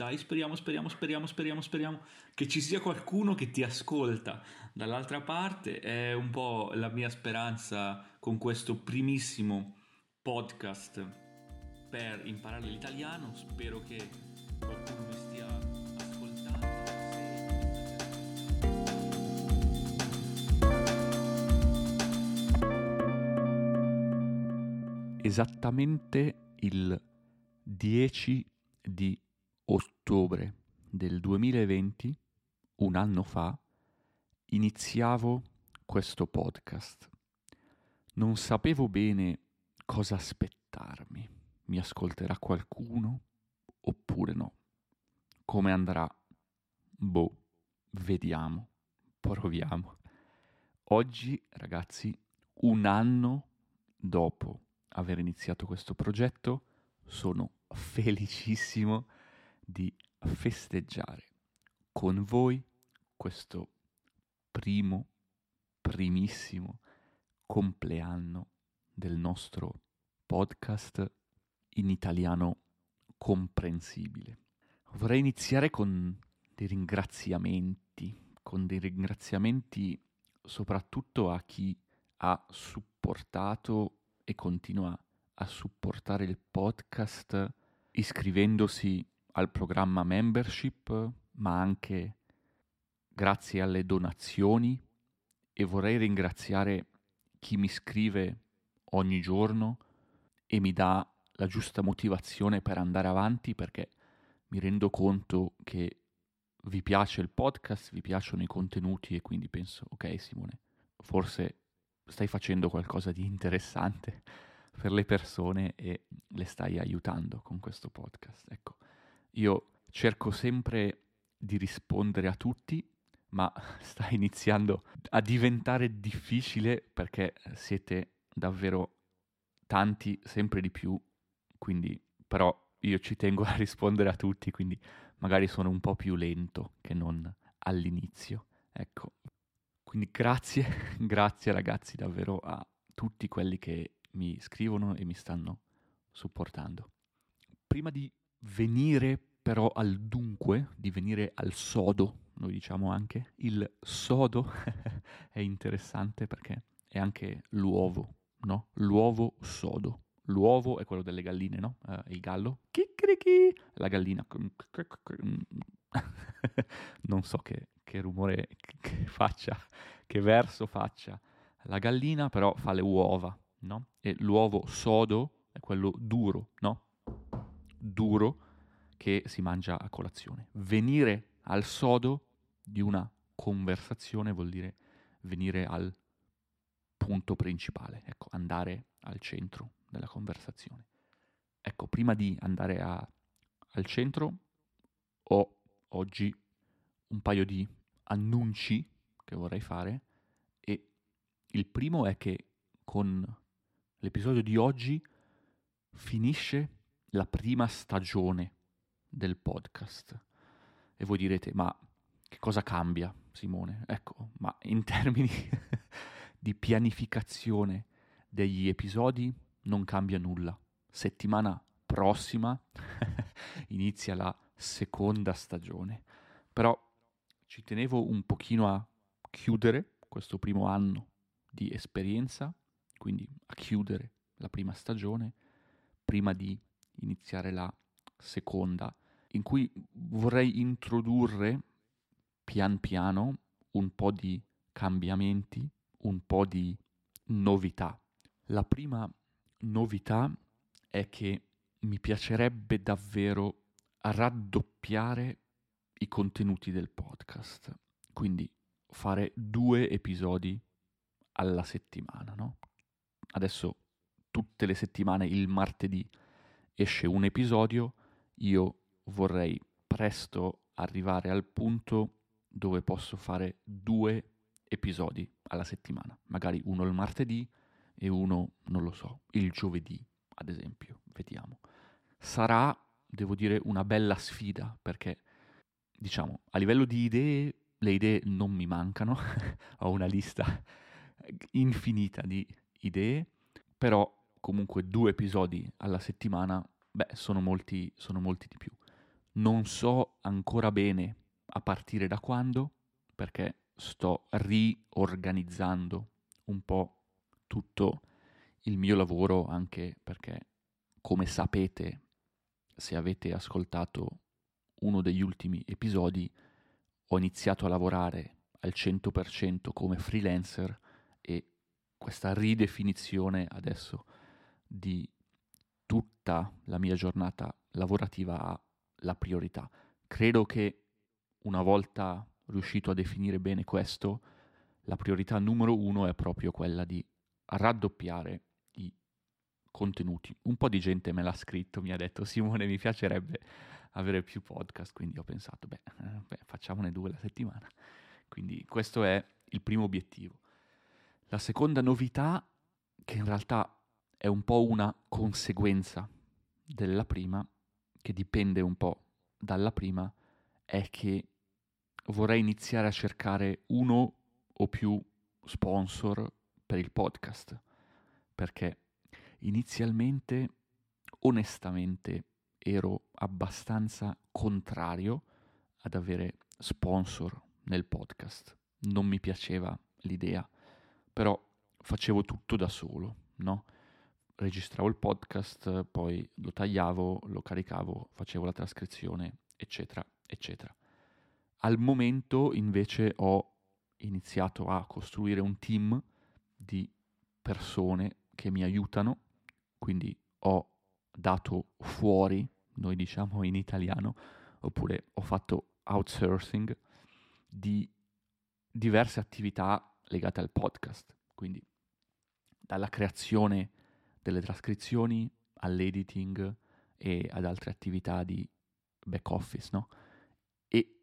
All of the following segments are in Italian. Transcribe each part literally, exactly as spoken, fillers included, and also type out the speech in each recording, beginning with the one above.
Dai, speriamo, speriamo, speriamo, speriamo, speriamo che ci sia qualcuno che ti ascolta dall'altra parte. È un po' la mia speranza con questo primissimo podcast per imparare l'italiano. Spero che qualcuno mi stia ascoltando. Esattamente il dieci di ottobre del duemilaventi, un anno fa, iniziavo questo podcast. Non sapevo bene cosa aspettarmi. Mi ascolterà qualcuno oppure no? Come andrà? Boh, vediamo, proviamo. Oggi, ragazzi, un anno dopo aver iniziato questo progetto, sono felicissimo di festeggiare con voi questo primo, primissimo compleanno del nostro podcast in italiano comprensibile. Vorrei iniziare con dei ringraziamenti, con dei ringraziamenti soprattutto a chi ha supportato e continua a supportare il podcast iscrivendosi al programma membership, ma anche grazie alle donazioni, e vorrei ringraziare chi mi scrive ogni giorno e mi dà la giusta motivazione per andare avanti, perché mi rendo conto che vi piace il podcast, vi piacciono i contenuti e quindi penso, ok Simone, forse stai facendo qualcosa di interessante per le persone e le stai aiutando con questo podcast. Ecco, io cerco sempre di rispondere a tutti, ma sta iniziando a diventare difficile perché siete davvero tanti, sempre di più, quindi però io ci tengo a rispondere a tutti, quindi magari sono un po' più lento che non all'inizio. Ecco, quindi grazie, grazie ragazzi davvero a tutti quelli che mi scrivono e mi stanno supportando. Prima di venire però al dunque, di venire al sodo, noi diciamo anche, il sodo è interessante perché è anche l'uovo, no? L'uovo sodo. L'uovo è quello delle galline, no? Eh, il gallo, chicchirichi, la gallina. Non so che, che rumore che faccia, che verso faccia la gallina, però fa le uova, no? E l'uovo sodo è quello duro, no? Duro che si mangia a colazione. Venire al sodo di una conversazione vuol dire venire al punto principale, ecco, andare al centro della conversazione. Ecco, prima di andare a, al centro ho oggi un paio di annunci che vorrei fare, e il primo è che con l'episodio di oggi finisce la prima stagione del podcast. E voi direte, ma che cosa cambia, Simone? Ecco, ma in termini di pianificazione degli episodi non cambia nulla. Settimana prossima inizia la seconda stagione. Però ci tenevo un pochino a chiudere questo primo anno di esperienza, quindi a chiudere la prima stagione prima di iniziare la seconda, in cui vorrei introdurre pian piano un po' di cambiamenti, un po' di novità. La prima novità è che mi piacerebbe davvero raddoppiare i contenuti del podcast, quindi fare due episodi alla settimana, no? Adesso tutte le settimane il martedì esce un episodio, io vorrei presto arrivare al punto dove posso fare due episodi alla settimana, magari uno il martedì e uno, non lo so, il giovedì, ad esempio, vediamo. Sarà, devo dire, una bella sfida perché, diciamo, a livello di idee, le idee non mi mancano, ho una lista infinita di idee, però comunque due episodi alla settimana, beh, sono molti, sono molti di più. Non so ancora bene a partire da quando, perché sto riorganizzando un po' tutto il mio lavoro, anche perché, come sapete, se avete ascoltato uno degli ultimi episodi, ho iniziato a lavorare al cento per cento come freelancer e questa ridefinizione adesso di tutta la mia giornata lavorativa ha la priorità. Credo che una volta riuscito a definire bene questo, la priorità numero uno è proprio quella di raddoppiare i contenuti. Un po' di gente me l'ha scritto, mi ha detto Simone, mi piacerebbe avere più podcast, quindi ho pensato, beh, eh, beh, facciamone due alla settimana. Quindi questo è il primo obiettivo. La seconda novità, che in realtà è un po' una conseguenza della prima, che dipende un po' dalla prima, è che vorrei iniziare a cercare uno o più sponsor per il podcast, perché inizialmente, onestamente, ero abbastanza contrario ad avere sponsor nel podcast. Non mi piaceva l'idea, però facevo tutto da solo, no? Registravo il podcast, poi lo tagliavo, lo caricavo, facevo la trascrizione, eccetera, eccetera. Al momento invece ho iniziato a costruire un team di persone che mi aiutano, quindi ho dato fuori, noi diciamo in italiano, oppure ho fatto outsourcing di diverse attività legate al podcast, quindi dalla creazione delle trascrizioni all'editing e ad altre attività di back office, no? E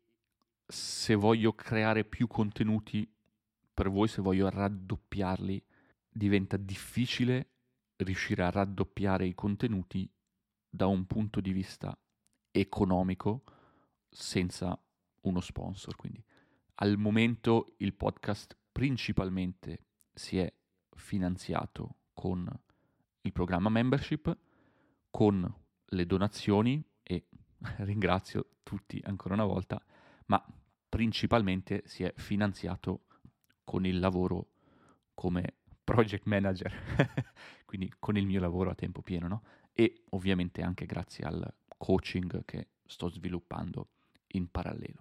se voglio creare più contenuti per voi, se voglio raddoppiarli, diventa difficile riuscire a raddoppiare i contenuti da un punto di vista economico senza uno sponsor. Quindi al momento il podcast principalmente si è finanziato con il programma membership, con le donazioni e ringrazio tutti ancora una volta, ma principalmente si è finanziato con il lavoro come project manager, quindi con il mio lavoro a tempo pieno, no? E ovviamente anche grazie al coaching che sto sviluppando in parallelo.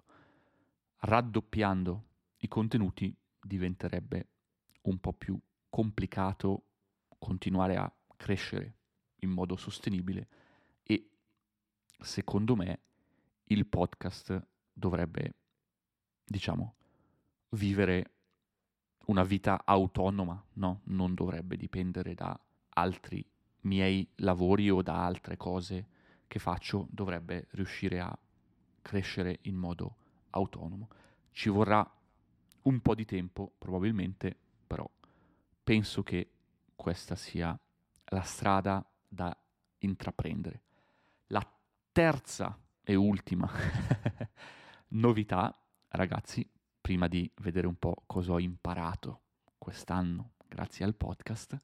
Raddoppiando i contenuti diventerebbe un po' più complicato continuare a crescere in modo sostenibile e secondo me il podcast dovrebbe, diciamo, vivere una vita autonoma, no? Non dovrebbe dipendere da altri miei lavori o da altre cose che faccio, dovrebbe riuscire a crescere in modo autonomo. Ci vorrà un po' di tempo, probabilmente, però penso che questa sia la strada da intraprendere. La terza e ultima novità, ragazzi, prima di vedere un po' cosa ho imparato quest'anno grazie al podcast,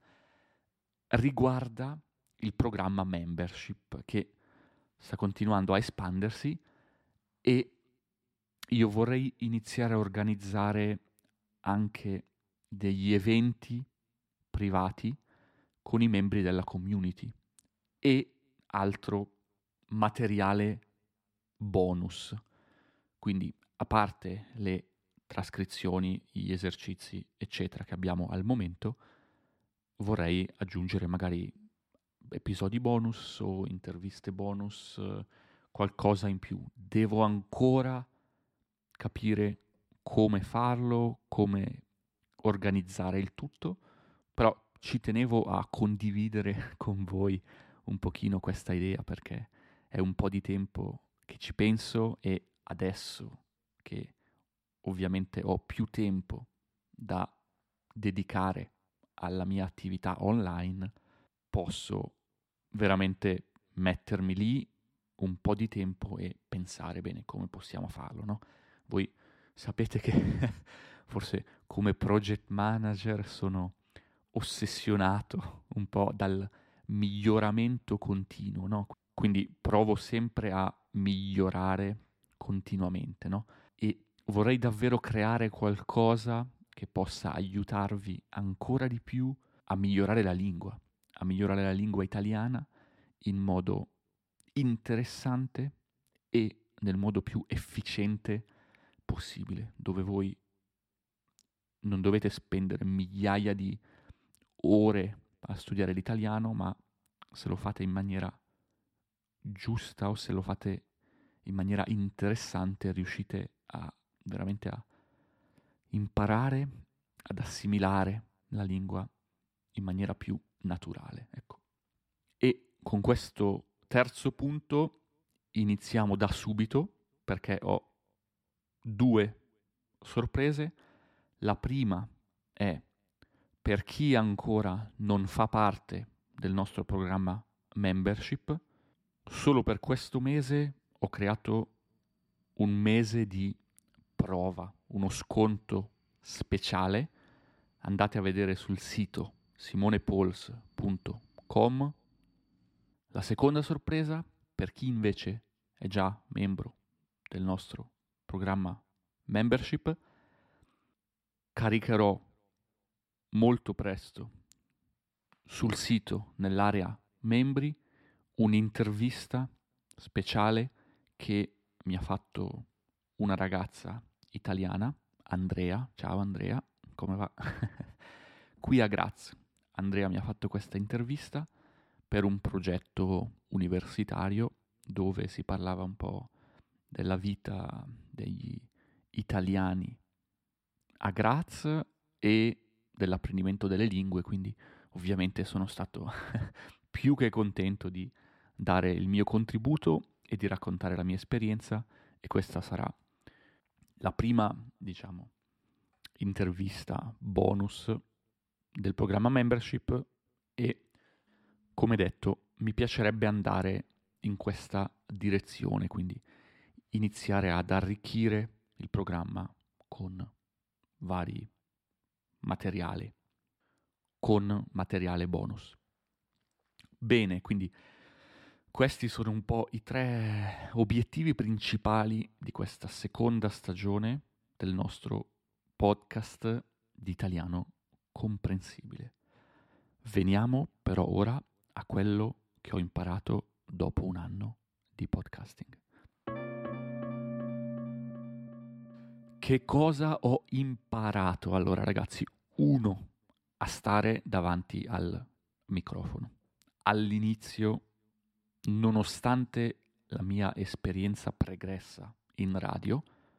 riguarda il programma membership che sta continuando a espandersi e io vorrei iniziare a organizzare anche degli eventi privati con i membri della community e altro materiale bonus. Quindi, a parte le trascrizioni, gli esercizi, eccetera, che abbiamo al momento, vorrei aggiungere magari episodi bonus o interviste bonus, eh, qualcosa in più. Devo ancora capire come farlo, come organizzare il tutto, però ci tenevo a condividere con voi un pochino questa idea perché è un po' di tempo che ci penso e adesso che ovviamente ho più tempo da dedicare alla mia attività online, posso veramente mettermi lì un po' di tempo e pensare bene come possiamo farlo, no? Voi sapete che forse come project manager sono ossessionato un po' dal miglioramento continuo, no? Quindi provo sempre a migliorare continuamente, no? E vorrei davvero creare qualcosa che possa aiutarvi ancora di più a migliorare la lingua, a migliorare la lingua italiana in modo interessante e nel modo più efficiente possibile, dove voi non dovete spendere migliaia di ore a studiare l'italiano, ma se lo fate in maniera giusta o se lo fate in maniera interessante riuscite a veramente a imparare ad assimilare la lingua in maniera più naturale, ecco. E con questo terzo punto iniziamo da subito perché ho due sorprese. La prima è per chi ancora non fa parte del nostro programma membership, solo per questo mese ho creato un mese di prova, uno sconto speciale. Andate a vedere sul sito simonepols punto com. La seconda sorpresa, per chi invece è già membro del nostro programma membership, caricherò molto presto sul sito, nell'area membri, un'intervista speciale che mi ha fatto una ragazza italiana, Andrea. Ciao Andrea, come va? Qui a Graz. Andrea mi ha fatto questa intervista per un progetto universitario dove si parlava un po' della vita degli italiani a Graz e dell'apprendimento delle lingue, quindi ovviamente sono stato più che contento di dare il mio contributo e di raccontare la mia esperienza, e questa sarà la prima, diciamo, intervista bonus del programma membership e, come detto, mi piacerebbe andare in questa direzione, quindi iniziare ad arricchire il programma con vari materiali, con materiale bonus. Bene, quindi questi sono un po' i tre obiettivi principali di questa seconda stagione del nostro podcast di italiano comprensibile. Veniamo però ora a quello che ho imparato dopo un anno di podcasting. Che cosa ho imparato? Allora ragazzi, uno, a stare davanti al microfono. All'inizio, nonostante la mia esperienza pregressa in radio,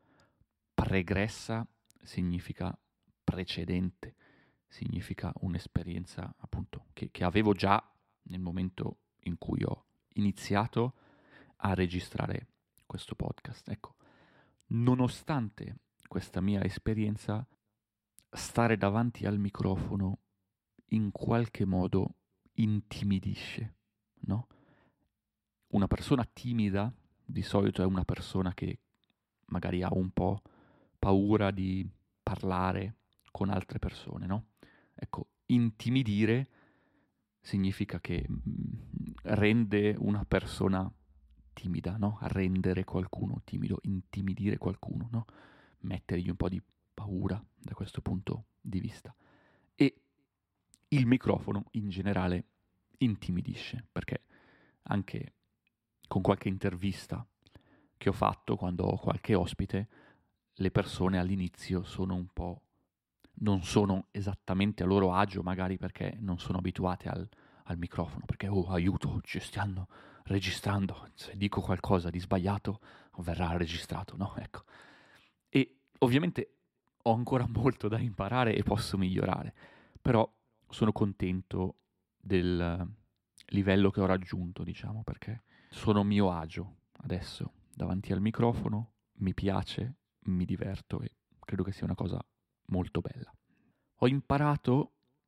pregressa significa precedente, significa un'esperienza appunto che, che avevo già nel momento in cui ho iniziato a registrare questo podcast. Ecco, nonostante questa mia esperienza, stare davanti al microfono in qualche modo intimidisce, no? Una persona timida di solito è una persona che magari ha un po' paura di parlare con altre persone, no? Ecco, intimidire significa che mh, rende una persona timida, no? Rendere qualcuno timido, intimidire qualcuno, no? Mettergli un po' di paura da questo punto di vista. E il microfono in generale intimidisce, perché anche con qualche intervista che ho fatto quando ho qualche ospite, le persone all'inizio sono un po'... non sono esattamente a loro agio, magari perché non sono abituate al, al microfono, perché oh aiuto, ci stanno registrando, se dico qualcosa di sbagliato verrà registrato, no? Ecco. E ovviamente ho ancora molto da imparare e posso migliorare, però sono contento del livello che ho raggiunto, diciamo, perché sono a mio agio adesso davanti al microfono, mi piace, mi diverto e credo che sia una cosa molto bella. Ho imparato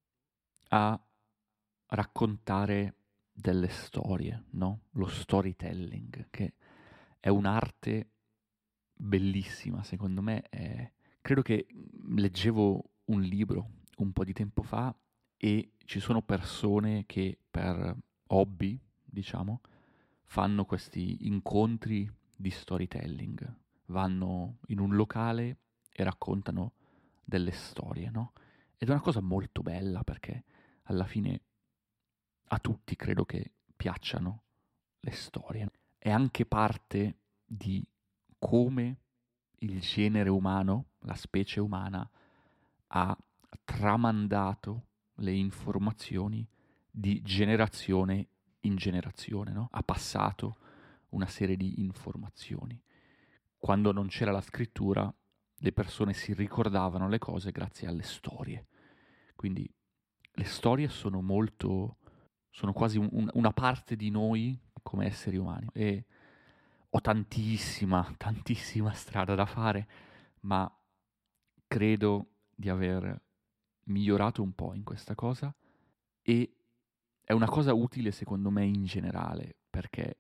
a raccontare delle storie, no? Lo storytelling, che è un'arte bellissima, secondo me. È... Credo che leggevo un libro un po' di tempo fa e ci sono persone che per hobby, diciamo, fanno questi incontri di storytelling, vanno in un locale e raccontano delle storie, no? Ed è una cosa molto bella perché alla fine a tutti credo che piacciono le storie. È anche parte di come il genere umano, la specie umana, ha tramandato le informazioni di generazione in generazione, no? Ha passato una serie di informazioni. Quando non c'era la scrittura, le persone si ricordavano le cose grazie alle storie. Quindi le storie sono molto, sono quasi un- un- una parte di noi come esseri umani. E ho tantissima, tantissima strada da fare, ma credo di aver migliorato un po' in questa cosa e è una cosa utile secondo me in generale, perché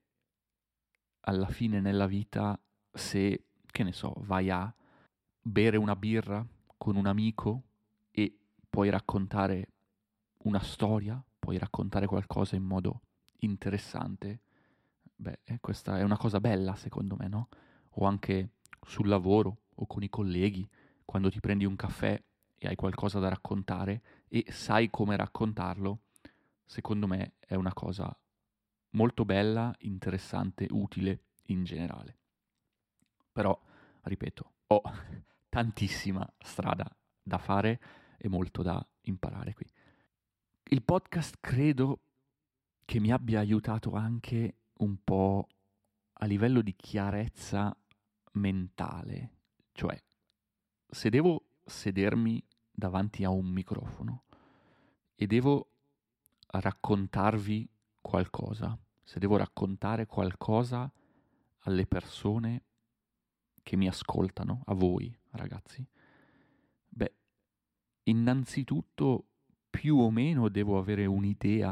alla fine nella vita se, che ne so, vai a bere una birra con un amico e puoi raccontare una storia, puoi raccontare qualcosa in modo interessante, beh, eh, questa è una cosa bella secondo me, no? O anche sul lavoro o con i colleghi, quando ti prendi un caffè e hai qualcosa da raccontare e sai come raccontarlo, secondo me è una cosa molto bella, interessante, utile in generale. Però, ripeto, ho tantissima strada da fare e molto da imparare qui. Il podcast credo che mi abbia aiutato anche un po' a livello di chiarezza mentale, cioè se devo sedermi davanti a un microfono e devo raccontarvi qualcosa, se devo raccontare qualcosa alle persone che mi ascoltano, a voi ragazzi, beh, innanzitutto più o meno devo avere un'idea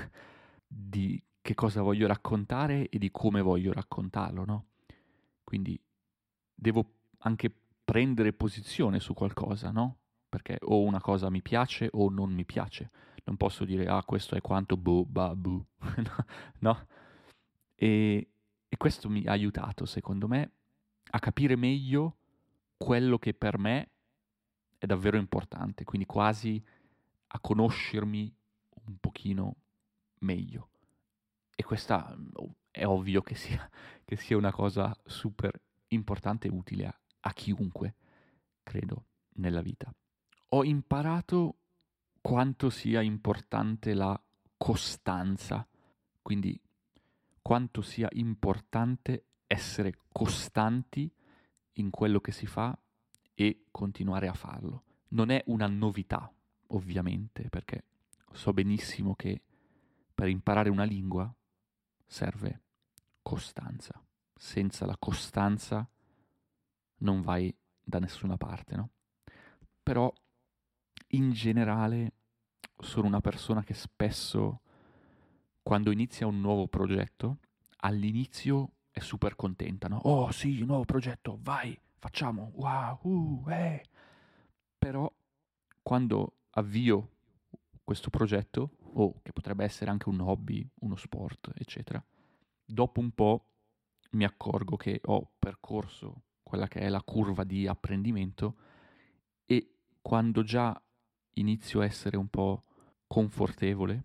di che cosa voglio raccontare e di come voglio raccontarlo, no? Quindi devo anche prendere posizione su qualcosa, no? Perché o una cosa mi piace o non mi piace. Non posso dire, ah, questo è quanto, boh, bah, boh, no? E, e questo mi ha aiutato, secondo me, a capire meglio quello che per me è davvero importante, quindi quasi a conoscermi un pochino meglio. E questa mm, è ovvio che sia, che sia una cosa super importante e utile a, a chiunque, credo, nella vita. Ho imparato quanto sia importante la costanza, quindi quanto sia importante essere costanti in quello che si fa e continuare a farlo. Non è una novità, ovviamente, perché so benissimo che per imparare una lingua serve costanza. Senza la costanza non vai da nessuna parte, no? Però in generale sono una persona che spesso, quando inizia un nuovo progetto, all'inizio è super contenta, no? Oh sì, un nuovo progetto, vai, facciamo, wow, uh, eh. Però quando avvio questo progetto, o che potrebbe essere anche un hobby, uno sport, eccetera, dopo un po' mi accorgo che ho percorso quella che è la curva di apprendimento e quando già inizio a essere un po' confortevole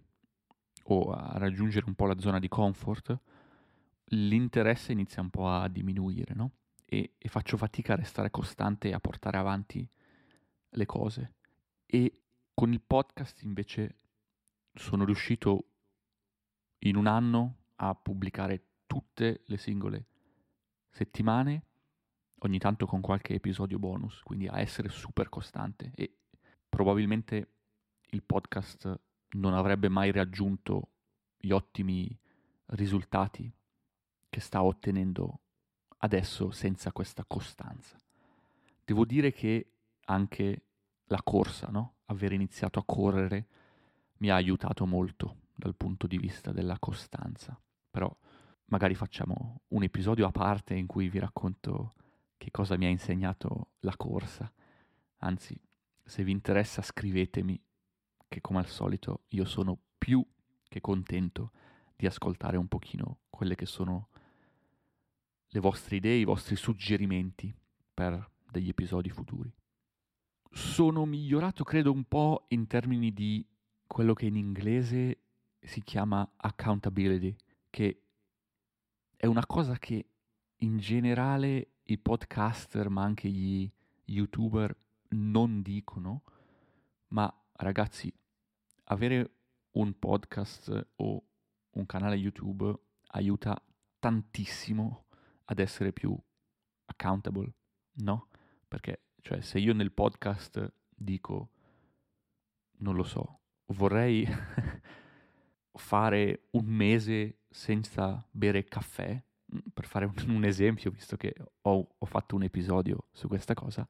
o a raggiungere un po' la zona di comfort, l'interesse inizia un po' a diminuire, no? E, e faccio fatica a restare costante e a portare avanti le cose. E con il podcast invece sono riuscito in un anno a pubblicare tutte le singole settimane, ogni tanto con qualche episodio bonus, quindi a essere super costante e probabilmente il podcast non avrebbe mai raggiunto gli ottimi risultati che sta ottenendo adesso senza questa costanza. Devo dire che anche la corsa, no? Aver iniziato a correre mi ha aiutato molto dal punto di vista della costanza. Però magari facciamo un episodio a parte in cui vi racconto che cosa mi ha insegnato la corsa. Anzi, se vi interessa scrivetemi, che come al solito io sono più che contento di ascoltare un pochino quelle che sono le vostre idee, i vostri suggerimenti per degli episodi futuri. Sono migliorato, credo, un po' in termini di quello che in inglese si chiama accountability, che è una cosa che in generale i podcaster, ma anche gli YouTuber non dicono, ma ragazzi, avere un podcast o un canale YouTube aiuta tantissimo ad essere più accountable, no? Perché, cioè, se io nel podcast dico, non lo so, vorrei fare un mese senza bere caffè, mm, per fare un, un esempio, visto che ho, ho fatto un episodio su questa cosa,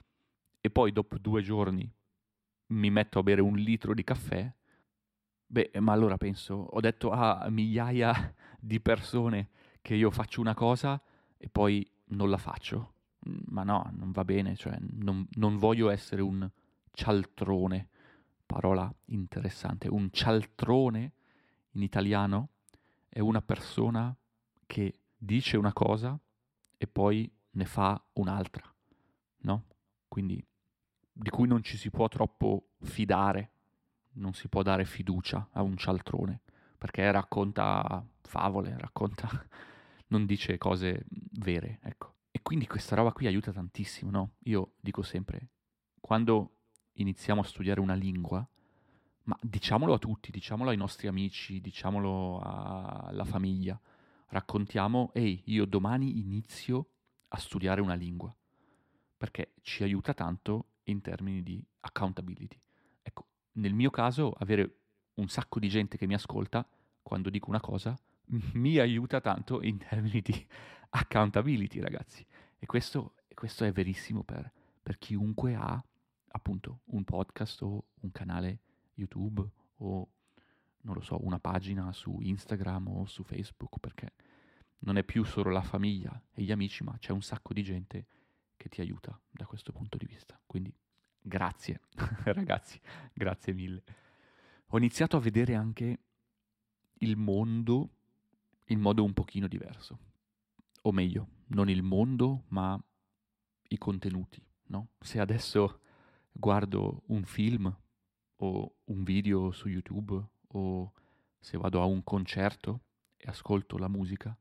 e poi dopo due giorni mi metto a bere un litro di caffè, beh, ma allora penso, ho detto a migliaia di persone che io faccio una cosa e poi non la faccio. Mm, Ma no, non va bene, cioè non, non voglio essere un cialtrone, parola interessante. Un cialtrone in italiano è una persona che dice una cosa e poi ne fa un'altra, no? Quindi di cui non ci si può troppo fidare, non si può dare fiducia a un cialtrone, perché racconta favole, racconta, non dice cose vere, ecco. E quindi questa roba qui aiuta tantissimo, no? Io dico sempre, quando iniziamo a studiare una lingua, ma diciamolo a tutti, diciamolo ai nostri amici, diciamolo alla famiglia, raccontiamo, ehi, io domani inizio a studiare una lingua, perché ci aiuta tanto in termini di accountability. Ecco, nel mio caso, avere un sacco di gente che mi ascolta quando dico una cosa mi aiuta tanto in termini di accountability, ragazzi. E questo, e questo è verissimo per, per chiunque ha appunto un podcast o un canale YouTube o non lo so, una pagina su Instagram o su Facebook, perché non è più solo la famiglia e gli amici, ma c'è un sacco di gente che ti aiuta da questo punto di vista. Quindi grazie, ragazzi, grazie mille. Ho iniziato a vedere anche il mondo in modo un pochino diverso. O meglio, non il mondo, ma i contenuti, no? Se adesso guardo un film o un video su YouTube o se vado a un concerto e ascolto la musica,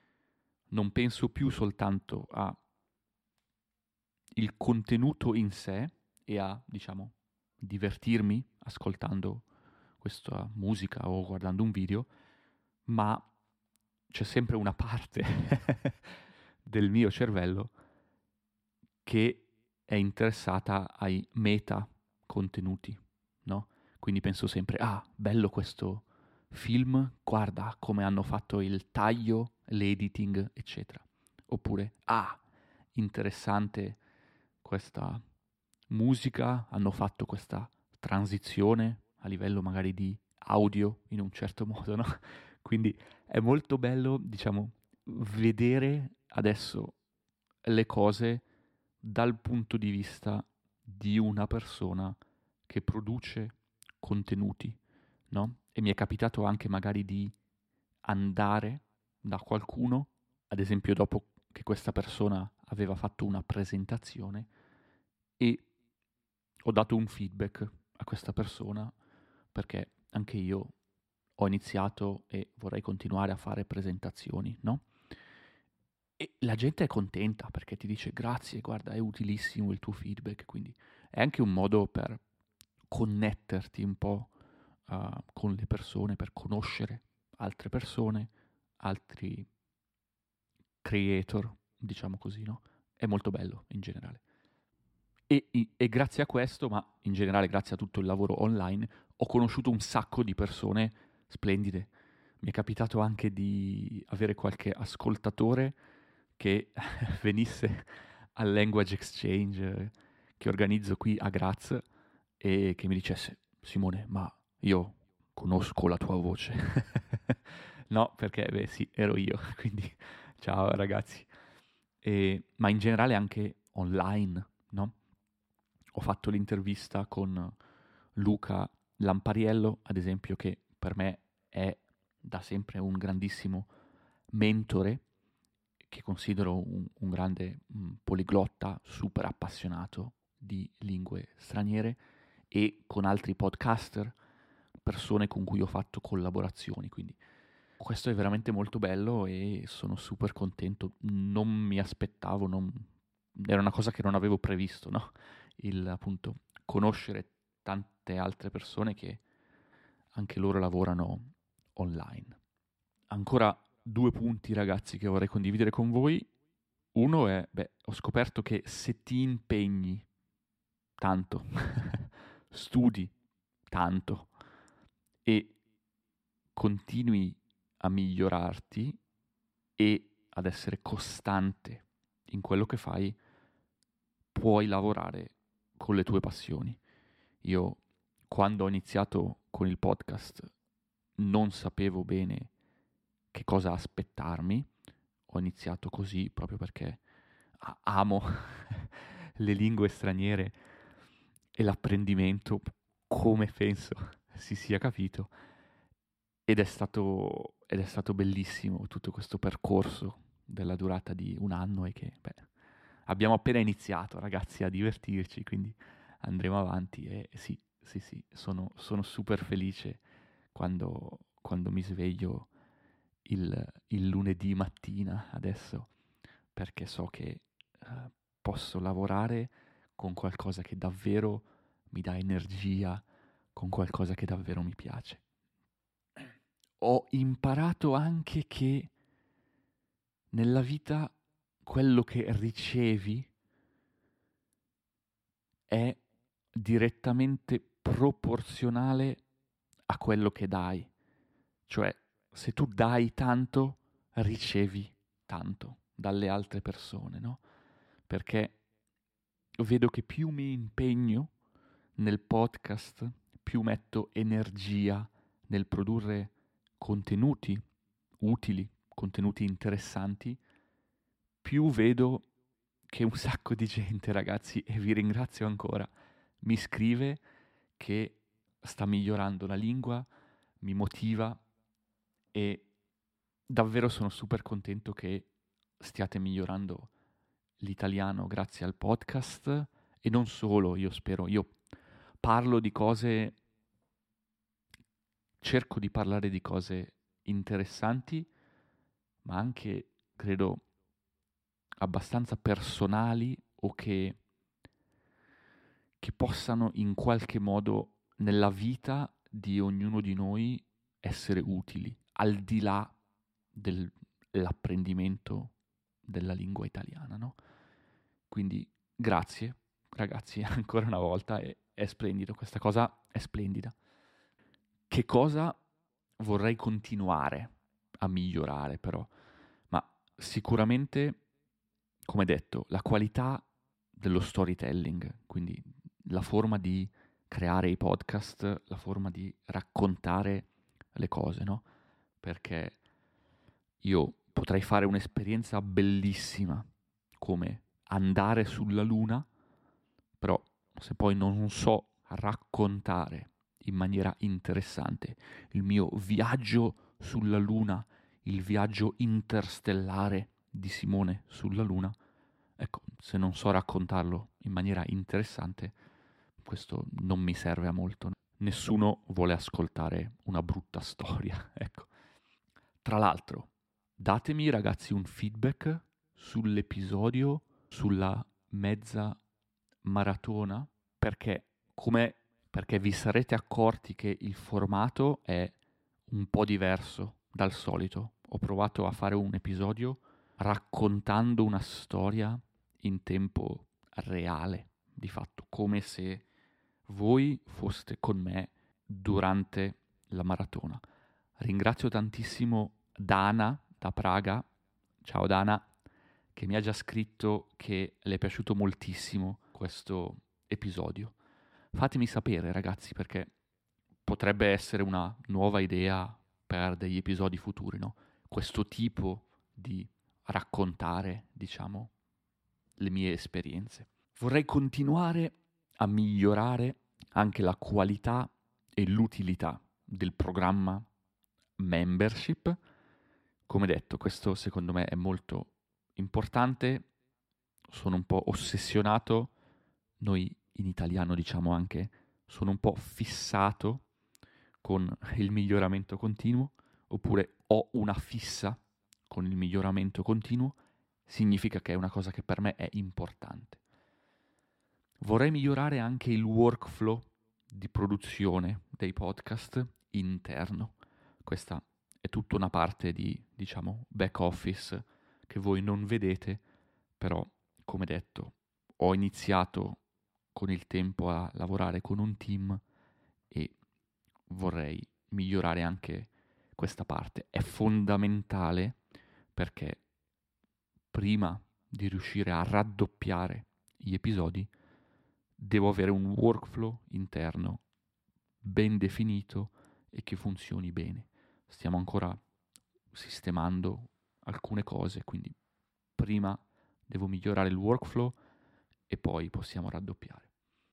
non penso più soltanto a il contenuto in sé e a, diciamo, divertirmi ascoltando questa musica o guardando un video, ma c'è sempre una parte del mio cervello che è interessata ai meta contenuti, no? Quindi penso sempre, ah, bello questo film, guarda come hanno fatto il taglio, l'editing, eccetera. Oppure, ah, interessante questa musica, hanno fatto questa transizione a livello magari di audio in un certo modo, no? Quindi è molto bello, diciamo, vedere adesso le cose dal punto di vista di una persona che produce contenuti, no? E mi è capitato anche magari di andare da qualcuno, ad esempio dopo che questa persona aveva fatto una presentazione e ho dato un feedback a questa persona perché anche io ho iniziato e vorrei continuare a fare presentazioni, no? E la gente è contenta perché ti dice grazie, guarda, è utilissimo il tuo feedback, quindi è anche un modo per connetterti un po' uh, con le persone, per conoscere altre persone, altri creator, diciamo così, no? È molto bello in generale. E, e grazie a questo, ma in generale grazie a tutto il lavoro online, ho conosciuto un sacco di persone splendide. Mi è capitato anche di avere qualche ascoltatore che venisse al Language Exchange che organizzo qui a Graz e che mi dicesse Simone, ma io conosco la tua voce. No, perché beh sì, ero io, quindi ciao ragazzi. E, ma in generale anche online, no? Ho fatto l'intervista con Luca Lampariello, ad esempio, che per me è da sempre un grandissimo mentore, che considero un, un grande mh, poliglotta, super appassionato di lingue straniere, e con altri podcaster, persone con cui ho fatto collaborazioni, quindi questo è veramente molto bello e sono super contento. Non mi aspettavo, non... era una cosa che non avevo previsto, no? Il appunto conoscere tante altre persone che anche loro lavorano online. Ancora due punti, ragazzi, che vorrei condividere con voi. Uno è, beh, ho scoperto che se ti impegni tanto, studi tanto e continui a migliorarti e ad essere costante in quello che fai, puoi lavorare con le tue passioni. Io, quando ho iniziato con il podcast, non sapevo bene che cosa aspettarmi. Ho iniziato così proprio perché a- amo le lingue straniere e l'apprendimento, come penso si sia capito. Ed è stato, ed è stato bellissimo tutto questo percorso della durata di un anno e che, beh, abbiamo appena iniziato, ragazzi, a divertirci, quindi andremo avanti e sì, sì, sì, sono, sono super felice quando, quando mi sveglio il, il lunedì mattina adesso, perché so che eh, posso lavorare con qualcosa che davvero mi dà energia, con qualcosa che davvero mi piace. Ho imparato anche che nella vita quello che ricevi è direttamente proporzionale a quello che dai. Cioè, se tu dai tanto, ricevi tanto dalle altre persone, no? Perché vedo che più mi impegno nel podcast, più metto energia nel produrre contenuti utili, contenuti interessanti, più vedo che un sacco di gente, ragazzi, e vi ringrazio ancora, mi scrive che sta migliorando la lingua, mi motiva e davvero sono super contento che stiate migliorando l'italiano grazie al podcast e non solo, io spero, io parlo di cose, cerco di parlare di cose interessanti, ma anche, credo, abbastanza personali o che, che possano in qualche modo nella vita di ognuno di noi essere utili, al di là dell'apprendimento della lingua italiana, no? Quindi grazie, ragazzi, ancora una volta, è, è splendido, questa cosa è splendida. Che cosa vorrei continuare a migliorare però? Ma sicuramente, come detto, la qualità dello storytelling, quindi la forma di creare i podcast, la forma di raccontare le cose, no? Perché io potrei fare un'esperienza bellissima come andare sulla Luna, però se poi non so raccontare in maniera interessante il mio viaggio sulla Luna, il viaggio interstellare di Simone sulla Luna, ecco, se non so raccontarlo in maniera interessante, questo non mi serve a molto. Nessuno vuole ascoltare una brutta storia, ecco. Tra l'altro, datemi ragazzi un feedback sull'episodio, sulla mezza maratona, perché come perché vi sarete accorti che il formato è un po' diverso dal solito. Ho provato a fare un episodio raccontando una storia in tempo reale, di fatto, come se voi foste con me durante la maratona. Ringrazio tantissimo Dana da Praga, ciao Dana, che mi ha già scritto che le è piaciuto moltissimo questo episodio. Fatemi sapere, ragazzi, perché potrebbe essere una nuova idea per degli episodi futuri, no? Questo tipo di raccontare, diciamo, le mie esperienze. Vorrei continuare a migliorare anche la qualità e l'utilità del programma membership. Come detto, questo secondo me è molto importante, sono un po' ossessionato, noi in italiano diciamo anche, sono un po' fissato con il miglioramento continuo, oppure ho una fissa con il miglioramento continuo, significa che è una cosa che per me è importante. Vorrei migliorare anche il workflow di produzione dei podcast interno. Questa è tutta una parte di, diciamo, back office che voi non vedete, però, come detto, ho iniziato con il tempo a lavorare con un team e vorrei migliorare anche questa parte. È fondamentale perché prima di riuscire a raddoppiare gli episodi devo avere un workflow interno ben definito e che funzioni bene. Stiamo ancora sistemando alcune cose, quindi prima devo migliorare il workflow e poi possiamo raddoppiare.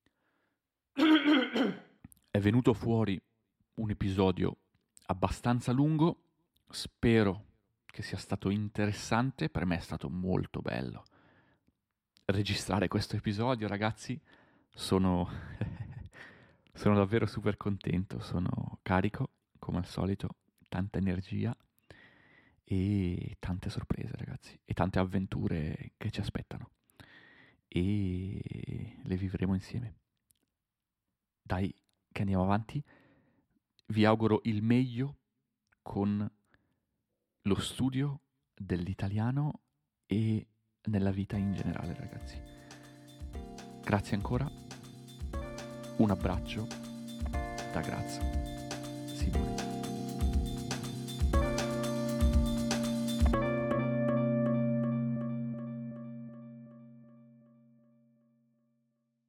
È venuto fuori un episodio abbastanza lungo, spero che sia stato interessante, per me è stato molto bello registrare questo episodio, ragazzi. Sono, sono davvero super contento, sono carico, come al solito, tanta energia e tante sorprese, ragazzi, e tante avventure che ci aspettano e le vivremo insieme. Dai, che andiamo avanti. Vi auguro il meglio con lo studio dell'italiano e nella vita in generale, ragazzi. Grazie ancora, un abbraccio da Graz, Simone.